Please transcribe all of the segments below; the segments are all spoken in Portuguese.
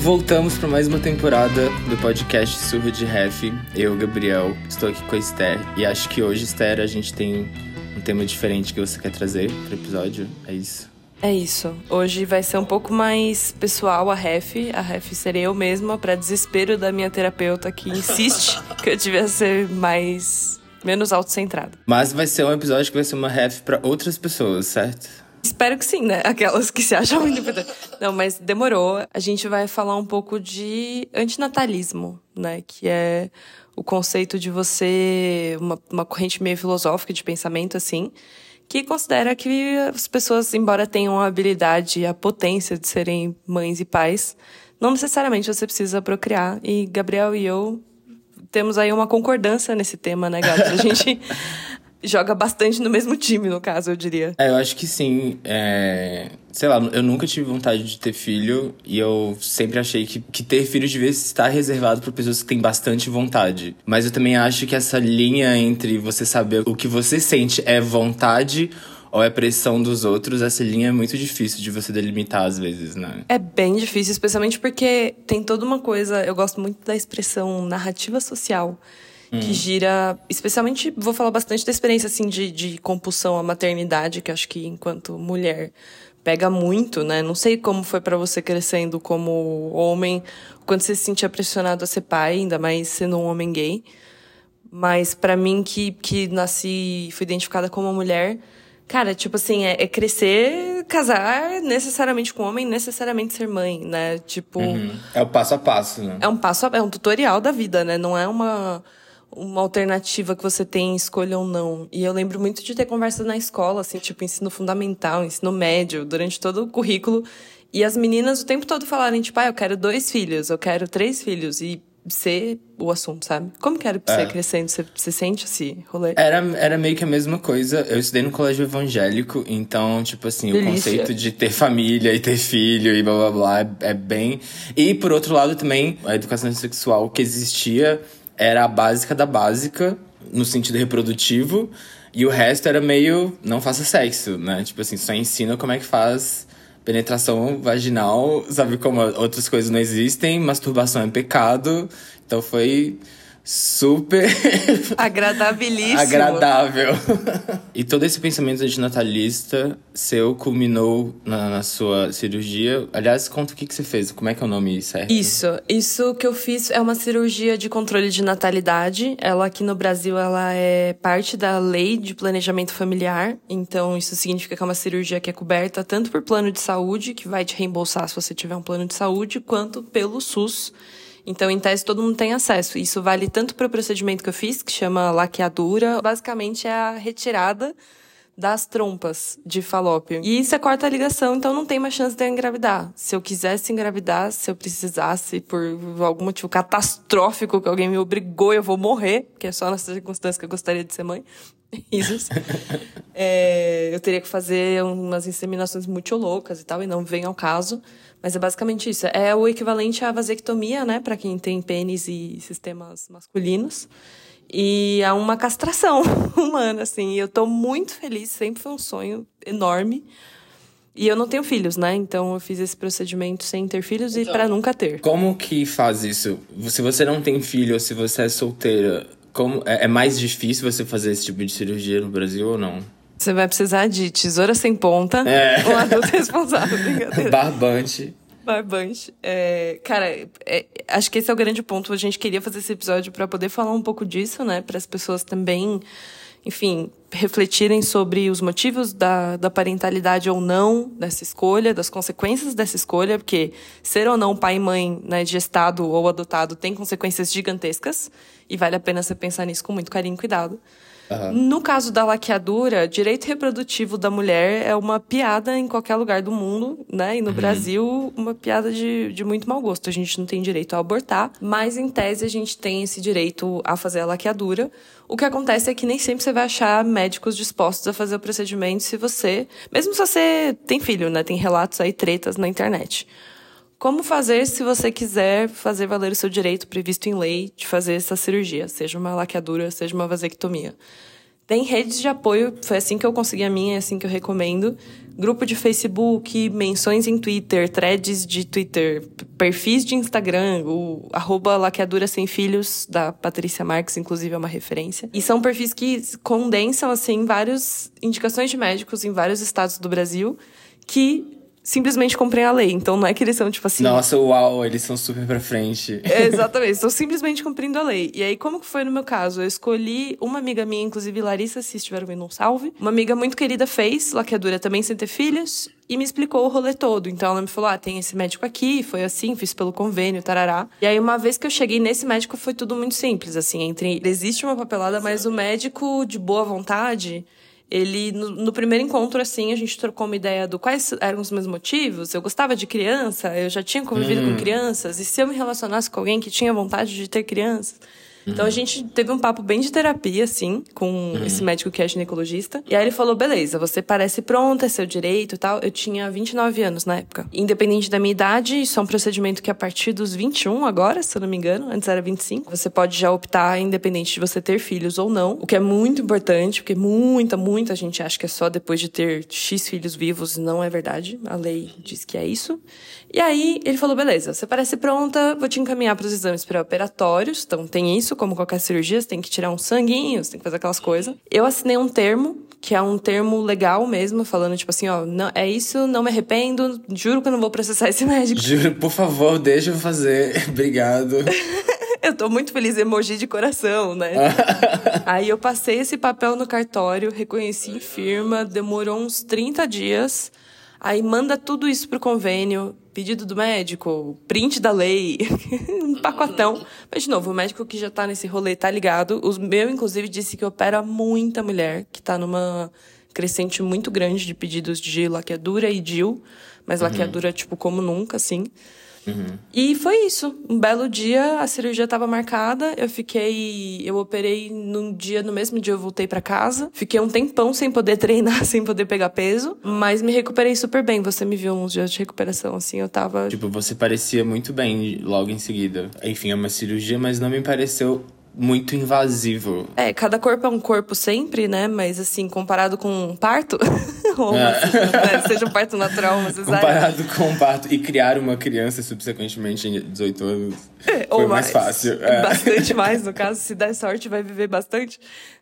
voltamos para mais uma temporada do podcast Surra de Ref. Eu, Gabriel, estou aqui com a Esther. E acho que hoje, Esther, a gente tem um tema diferente que você quer trazer para o episódio. É isso? É isso. Hoje vai ser um pouco mais pessoal a ref. A ref serei eu mesma, para desespero da minha terapeuta que insiste que eu tivesse ser menos autocentrada. Mas vai ser um episódio que vai ser uma ref para outras pessoas, certo? Espero que sim, né? Aquelas que se acham muito importantes. Não, mas demorou. A gente vai falar um pouco de antinatalismo, né? Que é o conceito de você... Uma corrente meio filosófica de pensamento, assim, que considera que as pessoas, embora tenham a habilidade e a potência de serem mães e pais, não necessariamente você precisa procriar. E Gabriel e eu temos aí uma concordância nesse tema, né, Gabs? A gente joga bastante no mesmo time, no caso, eu diria. Eu acho que sim. Sei lá, eu nunca tive vontade de ter filho e eu sempre achei que ter filho devia estar reservado para pessoas que têm bastante vontade. Mas eu também acho que essa linha entre você saber o que você sente é vontade ou é pressão dos outros, essa linha é muito difícil de você delimitar às vezes, né? É bem difícil, especialmente porque tem toda uma coisa... Eu gosto muito da expressão narrativa social, que gira, especialmente, vou falar bastante da experiência, assim, de compulsão à maternidade, que acho que, enquanto mulher, pega muito, né? Não sei como foi pra você crescendo como homem, quando você se sentia pressionado a ser pai, ainda mais sendo um homem gay. Mas pra mim, que nasci e fui identificada como uma mulher, cara, tipo assim, é crescer, casar, necessariamente com homem, necessariamente ser mãe, né? Tipo... É o passo a passo, né? É um tutorial da vida, né? Não é uma alternativa que você tem, escolha ou não. E eu lembro muito de ter conversas na escola, assim, tipo, ensino fundamental, ensino médio, durante todo o currículo. E as meninas o tempo todo falarem, tipo, eu quero 2 filhos, eu quero 3 filhos. E ser o assunto, sabe? Como que era pra você crescendo? Você sente esse rolê? Era meio que a mesma coisa. Eu estudei no colégio evangélico, então, tipo assim, Delícia. O conceito de ter família e ter filho e blá blá blá é bem... E, por outro lado, também, a educação sexual que existia era a básica da básica, no sentido reprodutivo, e o resto era meio, não faça sexo, né? Tipo assim, só ensina como é que faz penetração vaginal, sabe como outras coisas não existem, masturbação é pecado, então foi super... agradabilíssimo. Agradável. E todo esse pensamento antinatalista seu culminou na sua cirurgia. Aliás, conta o que você fez, como é que é o nome certo? Isso que eu fiz é uma cirurgia de controle de natalidade. Ela aqui no Brasil, ela é parte da lei de planejamento familiar. Então, isso significa que é uma cirurgia que é coberta tanto por plano de saúde, que vai te reembolsar se você tiver um plano de saúde, quanto pelo SUS. Então, em tese, todo mundo tem acesso. Isso vale tanto para o procedimento que eu fiz, que chama laqueadura. Basicamente, é a retirada das trompas de falópio. E você corta a ligação, então não tem mais chance de eu engravidar. Se eu quisesse engravidar, se eu precisasse, por algum motivo catastrófico que alguém me obrigou, eu vou morrer, porque é só nessa circunstância que eu gostaria de ser mãe. Isso. Eu teria que fazer umas inseminações muito loucas e tal, e não vem ao caso. Mas é basicamente isso. É o equivalente à vasectomia, né? Pra quem tem pênis e sistemas masculinos. E é uma castração humana, assim. E eu tô muito feliz. Sempre foi um sonho enorme. E eu não tenho filhos, né? Então eu fiz esse procedimento sem ter filhos e pra nunca ter. Como que faz isso? Se você não tem filho ou se você é solteira, é mais difícil você fazer esse tipo de cirurgia no Brasil ou não? Você vai precisar de tesoura sem ponta, um adulto responsável, brincadeira. Barbante. Cara, acho que esse é o grande ponto. A gente queria fazer esse episódio para poder falar um pouco disso, né? Para as pessoas também, enfim, refletirem sobre os motivos da parentalidade ou não dessa escolha, das consequências dessa escolha, porque ser ou não pai e mãe, né, gestado ou adotado, tem consequências gigantescas e vale a pena você pensar nisso com muito carinho e cuidado. No caso da laqueadura, direito reprodutivo da mulher é uma piada em qualquer lugar do mundo, né? E no Brasil, uma piada de muito mau gosto. A gente não tem direito a abortar, mas em tese a gente tem esse direito a fazer a laqueadura. O que acontece é que nem sempre você vai achar médicos dispostos a fazer o procedimento mesmo se você tem filho, né? Tem relatos aí, tretas na internet. Como fazer se você quiser fazer valer o seu direito previsto em lei de fazer essa cirurgia, seja uma laqueadura, seja uma vasectomia? Tem redes de apoio, foi assim que eu consegui a minha, é assim que eu recomendo. Grupo de Facebook, menções em Twitter, threads de Twitter, perfis de Instagram, o @laqueadura sem filhos, da Patrícia Marques, inclusive é uma referência. E são perfis que condensam, assim, várias indicações de médicos em vários estados do Brasil que simplesmente cumprem a lei. Então não é que eles são, tipo assim... Nossa, uau, eles são super pra frente. Exatamente, estão simplesmente cumprindo a lei. E aí, como que foi no meu caso? Eu escolhi uma amiga minha, inclusive Larissa, se estiver ouvindo um salve. Uma amiga muito querida fez, laqueadura também sem ter filhos, e me explicou o rolê todo. Então ela me falou, tem esse médico aqui, foi assim, fiz pelo convênio, tarará. E aí, uma vez que eu cheguei nesse médico, foi tudo muito simples, assim, existe uma papelada, mas o médico, de boa vontade... Ele, no primeiro encontro, assim, a gente trocou uma ideia do quais eram os meus motivos. Eu gostava de criança, eu já tinha convivido com crianças. E se eu me relacionasse com alguém que tinha vontade de ter crianças... Então, a gente teve um papo bem de terapia, assim, com esse médico que é ginecologista. E aí ele falou, beleza, você parece pronta, é seu direito e tal. Eu tinha 29 anos na época. Independente da minha idade, isso é um procedimento que a partir dos 21 agora, se eu não me engano, antes era 25. Você pode já optar, independente de você ter filhos ou não. O que é muito importante, porque muita gente acha que é só depois de ter X filhos vivos. Não é verdade. A lei diz que é isso. E aí, ele falou, beleza, você parece pronta, vou te encaminhar para os exames pré-operatórios. Então, tem isso, como qualquer cirurgia, você tem que tirar um sanguinho, você tem que fazer aquelas coisas. Eu assinei um termo, que é um termo legal mesmo, falando, tipo assim, não, é isso, não me arrependo, juro que eu não vou processar esse médico. Juro, por favor, deixa eu fazer. Obrigado. Eu tô muito feliz, emoji de coração, né? Aí eu passei esse papel no cartório, reconheci em firma, demorou uns 30 dias... Aí manda tudo isso pro convênio, pedido do médico, print da lei, um pacotão. Mas, de novo, o médico que já tá nesse rolê tá ligado. O meu, inclusive, disse que opera muita mulher, que tá numa crescente muito grande de pedidos de laqueadura e DIU. Mas laqueadura, tipo, como nunca, assim. E foi isso. Um belo dia, a cirurgia estava marcada. Eu operei no mesmo dia eu voltei pra casa. Fiquei um tempão sem poder treinar, sem poder pegar peso. Mas me recuperei super bem. Você me viu uns dias de recuperação, assim, eu tava... Tipo, você parecia muito bem logo em seguida. Enfim, é uma cirurgia, mas não me pareceu muito invasivo. Cada corpo é um corpo sempre, né? Mas, assim, comparado com um parto... ou né? Seja um parto natural, uma cesárea. Comparado com um parto e criar uma criança subsequentemente em 18 anos, foi mais fácil. Bastante mais, no caso. Se der sorte, vai viver bastante.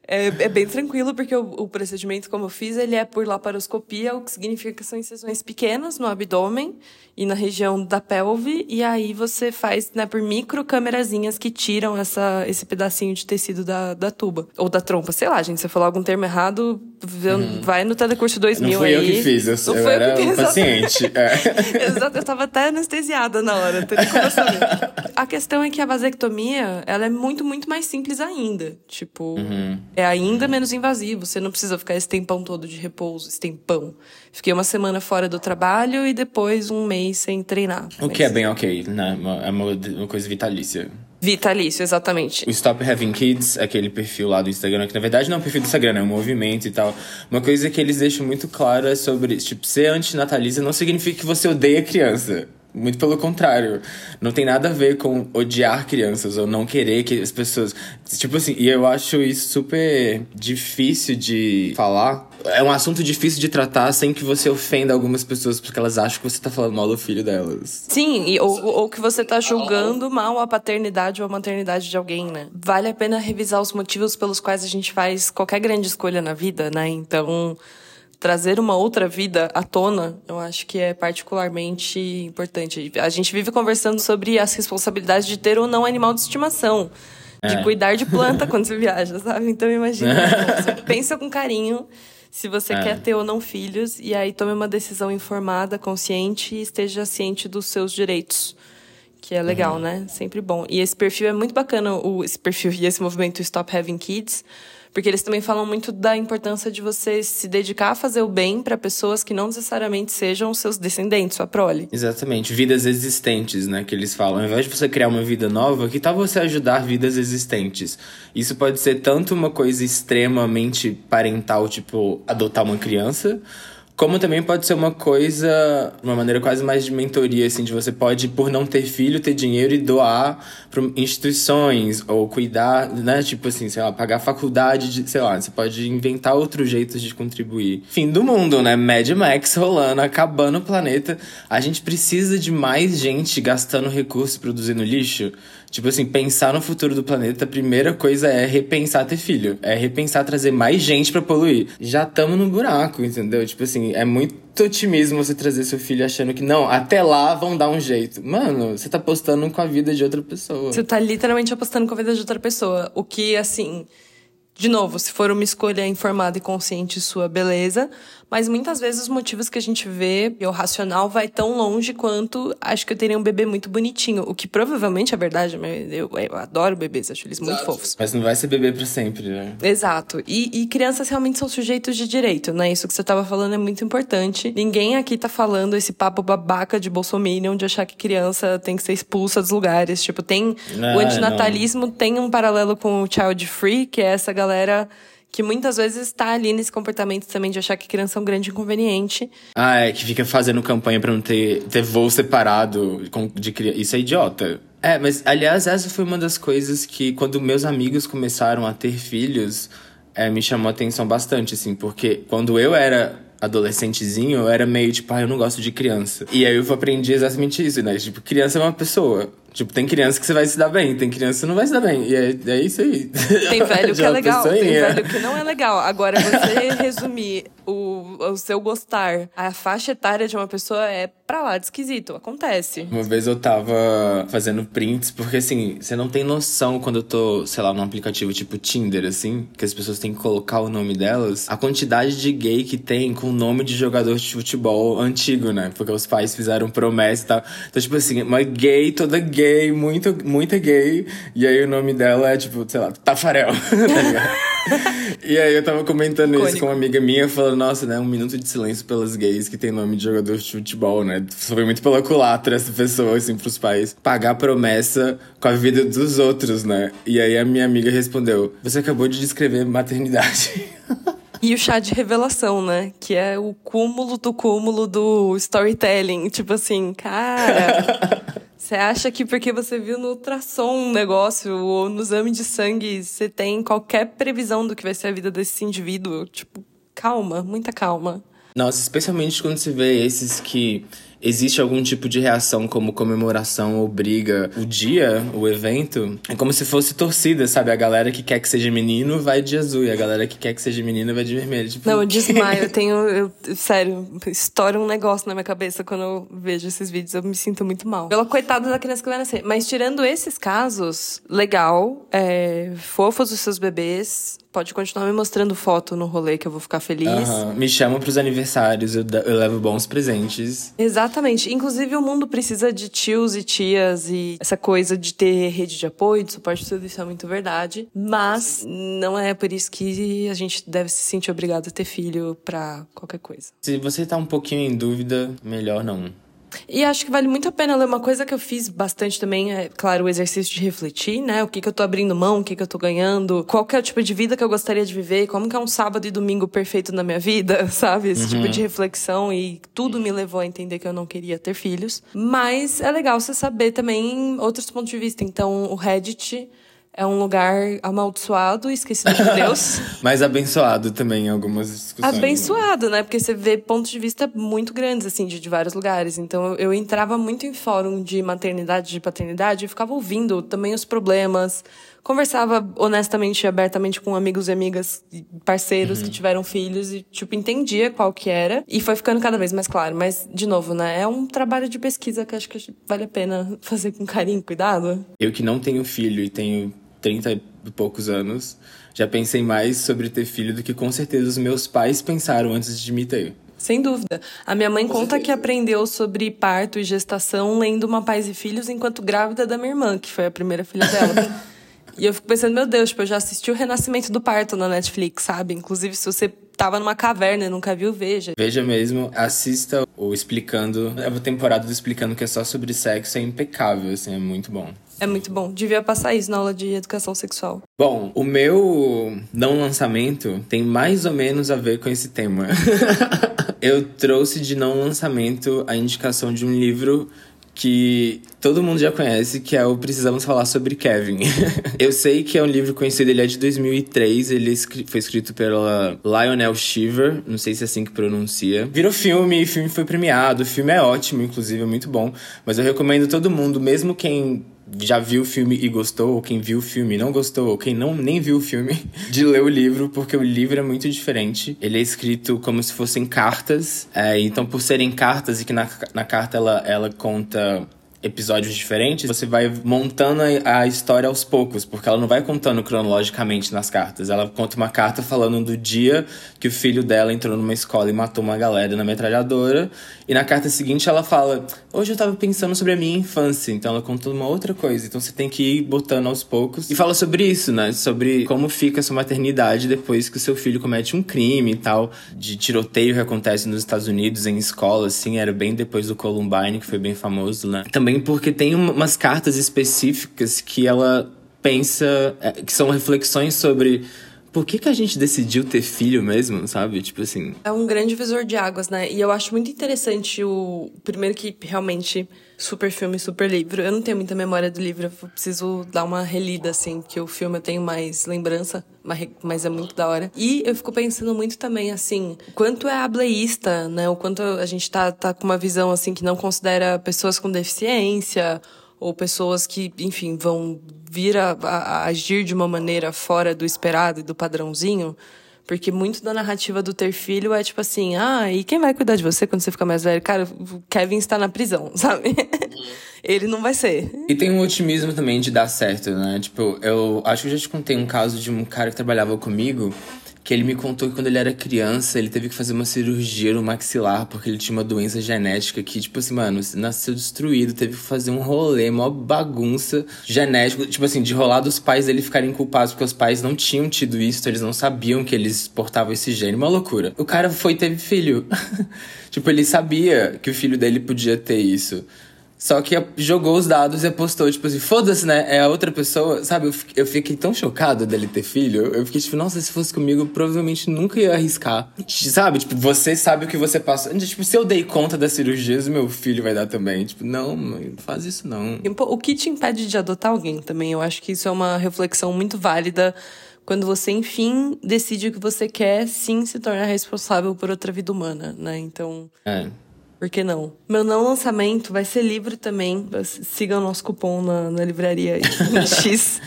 É bem tranquilo, porque o procedimento, como eu fiz, ele é por laparoscopia, o que significa que são incisões pequenas no abdômen e na região da pelve. E aí você faz, né, por microcamerazinhas que tiram esse pedacinho de tecido da tuba. Ou da trompa, sei lá, gente. Se eu falar algum termo errado, vai no Telecurso 2000 aí. Não fui eu que fiz, eu era um paciente. Exato, eu tava até anestesiada na hora, teria como saber. A questão é que a vasectomia, ela é muito, muito mais simples ainda. Tipo, é ainda menos invasivo. Você não precisa ficar esse tempão todo de repouso, esse tempão. Fiquei uma semana fora do trabalho e depois um mês sem treinar. O que é bem ok, né? É uma coisa vitalícia. Vitalício, exatamente. O Stop Having Kids, aquele perfil lá do Instagram, que na verdade não é um perfil do Instagram, é um movimento e tal. Uma coisa que eles deixam muito claro é sobre, tipo, ser antinatalista não significa que você odeia criança. Muito pelo contrário. Não tem nada a ver com odiar crianças ou não querer que as pessoas... Tipo assim, e eu acho isso super difícil de falar. É um assunto difícil de tratar sem que você ofenda algumas pessoas porque elas acham que você tá falando mal do filho delas. Sim, ou que você tá julgando mal a paternidade ou a maternidade de alguém, né? Vale a pena revisar os motivos pelos quais a gente faz qualquer grande escolha na vida, né? Então... trazer uma outra vida à tona, eu acho que é particularmente importante. A gente vive conversando sobre as responsabilidades de ter ou não animal de estimação. De cuidar de planta quando você viaja, sabe? Então, imagina. Você pensa com carinho se você quer ter ou não filhos. E aí, tome uma decisão informada, consciente e esteja ciente dos seus direitos. Que é legal, né? Sempre bom. E esse perfil é muito bacana, esse perfil e esse movimento Stop Having Kids, porque eles também falam muito da importância de você se dedicar a fazer o bem para pessoas que não necessariamente sejam seus descendentes, sua prole. Exatamente. Vidas existentes, né? Que eles falam. Ao invés de você criar uma vida nova, que tal você ajudar vidas existentes? Isso pode ser tanto uma coisa extremamente parental, tipo, adotar uma criança, Como também pode ser uma coisa, uma maneira quase mais de mentoria, assim, de você pode, por não ter filho, ter dinheiro e doar para instituições, ou cuidar, né, tipo assim, sei lá, pagar a faculdade, sei lá, você pode inventar outros jeitos de contribuir. Fim do mundo, né, Mad Max rolando, acabando o planeta. A gente precisa de mais gente gastando recursos produzindo lixo. Tipo assim, pensar no futuro do planeta, a primeira coisa é repensar ter filho. É repensar trazer mais gente pra poluir. Já tamo no buraco, entendeu? Tipo assim, é muito otimismo você trazer seu filho achando que, não, até lá vão dar um jeito. Mano, você tá apostando com a vida de outra pessoa. Você tá literalmente apostando com a vida de outra pessoa. O que, assim... De novo, se for uma escolha informada e consciente sua, beleza. Mas muitas vezes os motivos que a gente vê, e o racional vai tão longe quanto acho que eu teria um bebê muito bonitinho. O que provavelmente é verdade, mas eu adoro bebês, acho eles muito fofos. Mas não vai ser bebê pra sempre, né? Exato. E crianças realmente são sujeitos de direito, né? Isso que você tava falando é muito importante. Ninguém aqui tá falando esse papo babaca de bolsominion, de achar que criança tem que ser expulsa dos lugares. Tipo, tem... o antinatalismo tem um paralelo com o child free, que é essa galera que muitas vezes tá ali nesse comportamento também de achar que criança é um grande inconveniente. Que fica fazendo campanha pra não ter voo separado de criança. Isso é idiota. Mas, aliás, essa foi uma das coisas que, quando meus amigos começaram a ter filhos, me chamou a atenção bastante, assim, porque quando eu era adolescentezinho, eu era meio tipo, eu não gosto de criança. E aí eu aprendi exatamente isso, né? Tipo, criança é uma pessoa. Tipo, tem criança que você vai se dar bem, tem criança que você não vai se dar bem. E é isso aí. Tem velho que é legal, tem velho que não é legal. Agora, você resumir o seu gostar, a faixa etária de uma pessoa é pra lá de esquisito. Acontece. Uma vez eu tava fazendo prints, porque assim, você não tem noção quando eu tô, sei lá, num aplicativo tipo Tinder, assim, que as pessoas têm que colocar o nome delas, a quantidade de gay que tem com o nome de jogador de futebol antigo, né? Porque os pais fizeram promessa e tal. Então, tipo assim, uma gay, toda gay, muita gay, e aí o nome dela é tipo, sei lá, Tafarel, tá ligado? E aí eu tava comentando isso com uma amiga minha, falando, nossa, né, 1 minuto de silêncio pelas gays que tem nome de jogador de futebol, né? Foi muito pela culatra essa pessoa, assim, pros pais. Pagar promessa com a vida dos outros, né? E aí a minha amiga respondeu, você acabou de descrever maternidade. E o chá de revelação, né? Que é o cúmulo do storytelling. Tipo assim, cara... Você acha que porque você viu no ultrassom um negócio ou no exame de sangue, você tem qualquer previsão do que vai ser a vida desse indivíduo? Tipo, calma, muita calma. Nossa, especialmente quando você vê esses que existe algum tipo de reação como comemoração ou briga. O dia, o evento, é como se fosse torcida, sabe? A galera que quer que seja menino vai de azul e a galera que quer que seja menina vai de vermelho. Tipo... Não, eu desmaio. Sério, estoura um negócio na minha cabeça quando eu vejo esses vídeos. Eu me sinto muito mal. Pela coitada da criança que vai nascer. Mas tirando esses casos, legal. Fofos os seus bebês. Pode continuar me mostrando foto no rolê que eu vou ficar feliz. Me chama pros aniversários, eu levo bons presentes. Exatamente. Inclusive, o mundo precisa de tios e tias e essa coisa de ter rede de apoio, de suporte, tudo isso é muito verdade. Mas não é por isso que a gente deve se sentir obrigado a ter filho pra qualquer coisa. Se você tá um pouquinho em dúvida, melhor não. E acho que vale muito a pena ler. Uma coisa que eu fiz bastante também é, claro, o exercício de refletir, né? O que eu tô abrindo mão, o que eu tô ganhando, qual que é o tipo de vida que eu gostaria de viver, como que é um sábado e domingo perfeito na minha vida, sabe? Esse tipo de reflexão, e tudo me levou a entender que eu não queria ter filhos. Mas é legal você saber também outros pontos de vista. Então, o Reddit é um lugar amaldiçoado e esquecido de Deus. Mas abençoado também em algumas discussões. Abençoado, né? Porque você vê pontos de vista muito grandes, assim, de vários lugares. Então, eu entrava muito em fórum de maternidade, de paternidade, e ficava ouvindo também os problemas. Conversava honestamente e abertamente com amigos e amigas, parceiros que tiveram filhos e, tipo, entendia qual que era. E foi ficando cada vez mais claro. Mas, de novo, né? É um trabalho de pesquisa que acho que vale a pena fazer com carinho e cuidado. Eu que não tenho filho e tenho 30 e poucos anos, já pensei mais sobre ter filho do que com certeza os meus pais pensaram antes de me ter. Sem dúvida. A minha mãe conta que aprendeu sobre parto e gestação lendo Uma Paz e Filhos enquanto grávida da minha irmã, que foi a primeira filha dela. E eu fico pensando, meu Deus, tipo, eu já assisti o Renascimento do Parto na Netflix, sabe? Inclusive, se você tava numa caverna e nunca viu, veja. Veja mesmo, assista o Explicando, a temporada do Explicando, que é só sobre sexo, é impecável, assim, é muito bom. É muito bom. Devia passar isso na aula de educação sexual. Bom, o meu não lançamento tem mais ou menos a ver com esse tema. Eu trouxe de não lançamento a indicação de um livro que todo mundo já conhece, que é o Precisamos Falar Sobre Kevin. Eu sei que é um livro conhecido, ele é de 2003, ele foi escrito pela Lionel Shiver, não sei se é assim que pronuncia. Virou filme, o filme foi premiado, o filme é ótimo, inclusive, é muito bom. Mas eu recomendo todo mundo, mesmo quem já viu o filme e gostou, ou quem viu o filme e não gostou, ou quem nem viu o filme, de ler o livro, porque o livro é muito diferente. Ele é escrito como se fossem cartas, então por serem cartas e que na carta ela conta episódios diferentes, você vai montando a história aos poucos, porque ela não vai contando cronologicamente nas cartas. Ela conta uma carta falando do dia que o filho dela entrou numa escola e matou uma galera na metralhadora, e na carta seguinte ela fala: hoje eu tava pensando sobre a minha infância. Então ela conta uma outra coisa, então você tem que ir botando aos poucos. E fala sobre isso, né? Sobre como fica a sua maternidade depois que o seu filho comete um crime e tal, de tiroteio que acontece nos Estados Unidos em escola, assim, era bem depois do Columbine, que foi bem famoso, né? Também porque tem umas cartas específicas que ela pensa, que são reflexões sobre por que a gente decidiu ter filho mesmo, sabe? Tipo assim... É um grande visor de águas, né? E eu acho muito interessante primeiro que realmente super filme, super livro. Eu não tenho muita memória do livro, eu preciso dar uma relida, assim, que o filme eu tenho mais lembrança, mas é muito da hora. E eu fico pensando muito também, assim, o quanto é ableísta, né? O quanto a gente tá com uma visão, assim, que não considera pessoas com deficiência ou pessoas que, enfim, vão vir a agir de uma maneira fora do esperado e do padrãozinho. Porque muito da narrativa do ter filho é tipo assim, e quem vai cuidar de você quando você ficar mais velho? Cara, o Kevin está na prisão, sabe? Ele não vai ser. E tem um otimismo também de dar certo, né? Tipo, eu acho que eu já te contei um caso de um cara que trabalhava comigo, que ele me contou que quando ele era criança, ele teve que fazer uma cirurgia no maxilar, porque ele tinha uma doença genética que, tipo assim, mano, nasceu destruído, teve que fazer um rolê, uma bagunça genética, tipo assim, de rolar dos pais dele ficarem culpados, porque os pais não tinham tido isso, então eles não sabiam que eles portavam esse gene, uma loucura. O cara foi e teve filho. Tipo, ele sabia que o filho dele podia ter isso. Só que jogou os dados e apostou, tipo assim, foda-se, né? É a outra pessoa, sabe? Eu fiquei tão chocado dele ter filho. Eu fiquei tipo, nossa, se fosse comigo, eu provavelmente nunca ia arriscar. Sabe? Tipo, você sabe o que você passa. Tipo, se eu dei conta das cirurgias, o meu filho vai dar também. Tipo, não, mãe, não faz isso não. O que te impede de adotar alguém também? Eu acho que isso é uma reflexão muito válida quando você, enfim, decide o que você quer, sim, se tornar responsável por outra vida humana, né? Então... Por que não? Meu não lançamento vai ser livro também. Siga o nosso cupom na livraria X.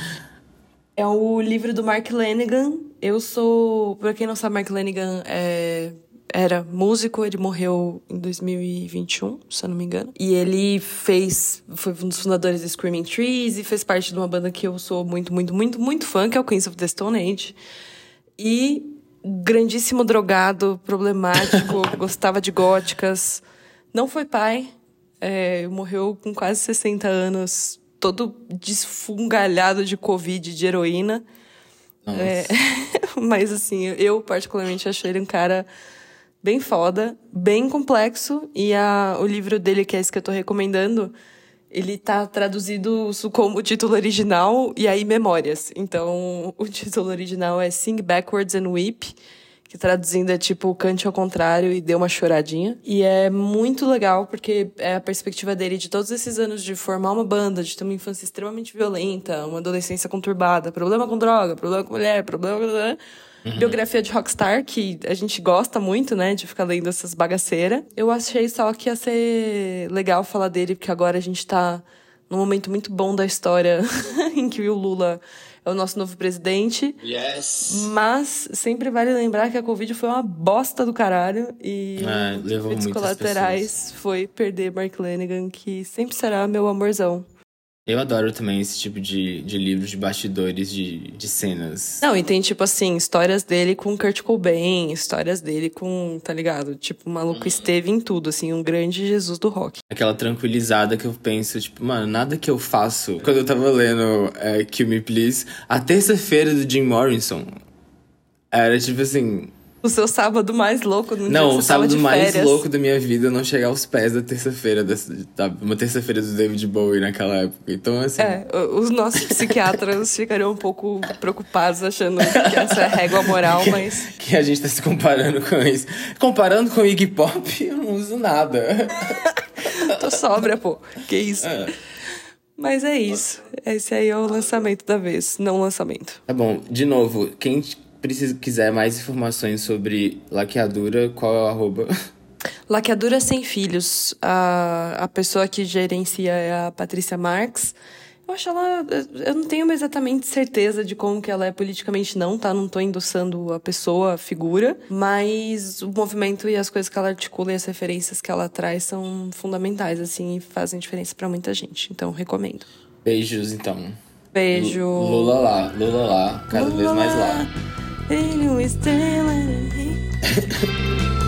É o livro do Mark Lanegan. Pra quem não sabe, Mark Lanegan era músico. Ele morreu em 2021, se eu não me engano. E ele foi um dos fundadores do Screaming Trees e fez parte de uma banda que eu sou muito, muito, muito, muito fã, que é o Queens of the Stone Age. E grandíssimo drogado, problemático, gostava de góticas. Não foi pai, morreu com quase 60 anos, todo desfungalhado de Covid, de heroína. Mas, assim, eu particularmente achei ele um cara bem foda, bem complexo. E o livro dele, que é esse que eu tô recomendando, ele tá traduzido como título original e aí memórias. Então, o título original é Sing Backwards and Weep, que traduzindo é tipo cante ao contrário e dê uma choradinha. E é muito legal porque é a perspectiva dele de todos esses anos de formar uma banda, de ter uma infância extremamente violenta, uma adolescência conturbada, problema com droga, problema com mulher, problema com... Biografia de rockstar, que a gente gosta muito, né, de ficar lendo essas bagaceiras. Eu achei só que ia ser legal falar dele, porque agora a gente tá num momento muito bom da história em que o Lula é o nosso novo presidente. Yes! Mas sempre vale lembrar que a Covid foi uma bosta do caralho. E os efeitos colaterais foi perder Mark Lanegan, que sempre será meu amorzão. Eu adoro também esse tipo de livros de bastidores de cenas. Não, e tem, tipo assim, histórias dele com Kurt Cobain, histórias dele com, tá ligado? Tipo, o maluco esteve em tudo, assim, um grande Jesus do rock. Aquela tranquilizada que eu penso, tipo, mano, nada que eu faço. Quando eu tava lendo Kill Me Please, a terça-feira do Jim Morrison era, tipo assim... O seu sábado mais louco no dia Não, que o você tava sábado de mais férias. louco da minha vida é não chegar aos pés da terça-feira, uma terça-feira do David Bowie naquela época. Então, assim. Os nossos psiquiatras ficariam um pouco preocupados, achando que essa é a régua moral, mas. Que a gente tá se comparando com isso. Comparando com o Iggy Pop, eu não uso nada. Tô sóbria, pô. Que isso. Mas é isso. Esse aí é o lançamento da vez, não lançamento. Tá bom, de novo, quem quiser mais informações sobre laqueadura, qual é o arroba? Laqueadura Sem Filhos. A pessoa que gerencia é a Patrícia Marques. Eu acho ela... Eu não tenho exatamente certeza de como que ela é politicamente não, tá? Não tô endossando a pessoa, a figura. Mas o movimento e as coisas que ela articula e as referências que ela traz são fundamentais, assim, e fazem diferença pra muita gente. Então, recomendo. Beijos, então. Beijo. Lula lá. Cada vez mais lá. Ele